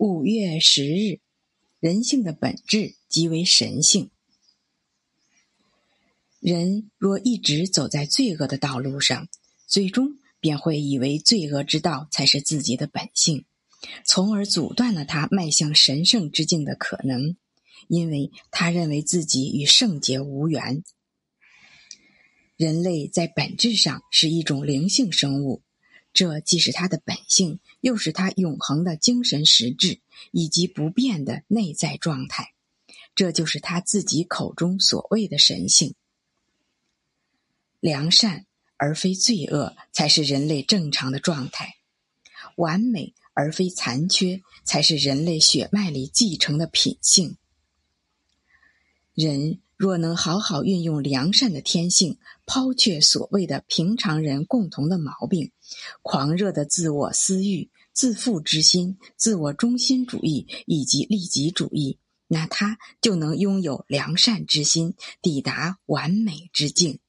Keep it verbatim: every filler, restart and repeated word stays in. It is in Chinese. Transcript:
五月十日，人性的本质即为神性。人若一直走在罪恶的道路上，最终便会以为罪恶之道才是自己的本性，从而阻断了他迈向神圣之境的可能，因为他认为自己与圣洁无缘。人类在本质上是一种灵性生物，这既是他的本性，又是他永恒的精神实质以及不变的内在状态，这就是他自己口中所谓的神性。良善而非罪恶才是人类正常的状态，完美而非残缺才是人类血脉里继承的品性。人若能好好运用良善的天性，抛却所谓的平常人共同的毛病，狂热的自我私欲、自负之心、自我中心主义以及利己主义，那他就能拥有良善之心，抵达完美之境。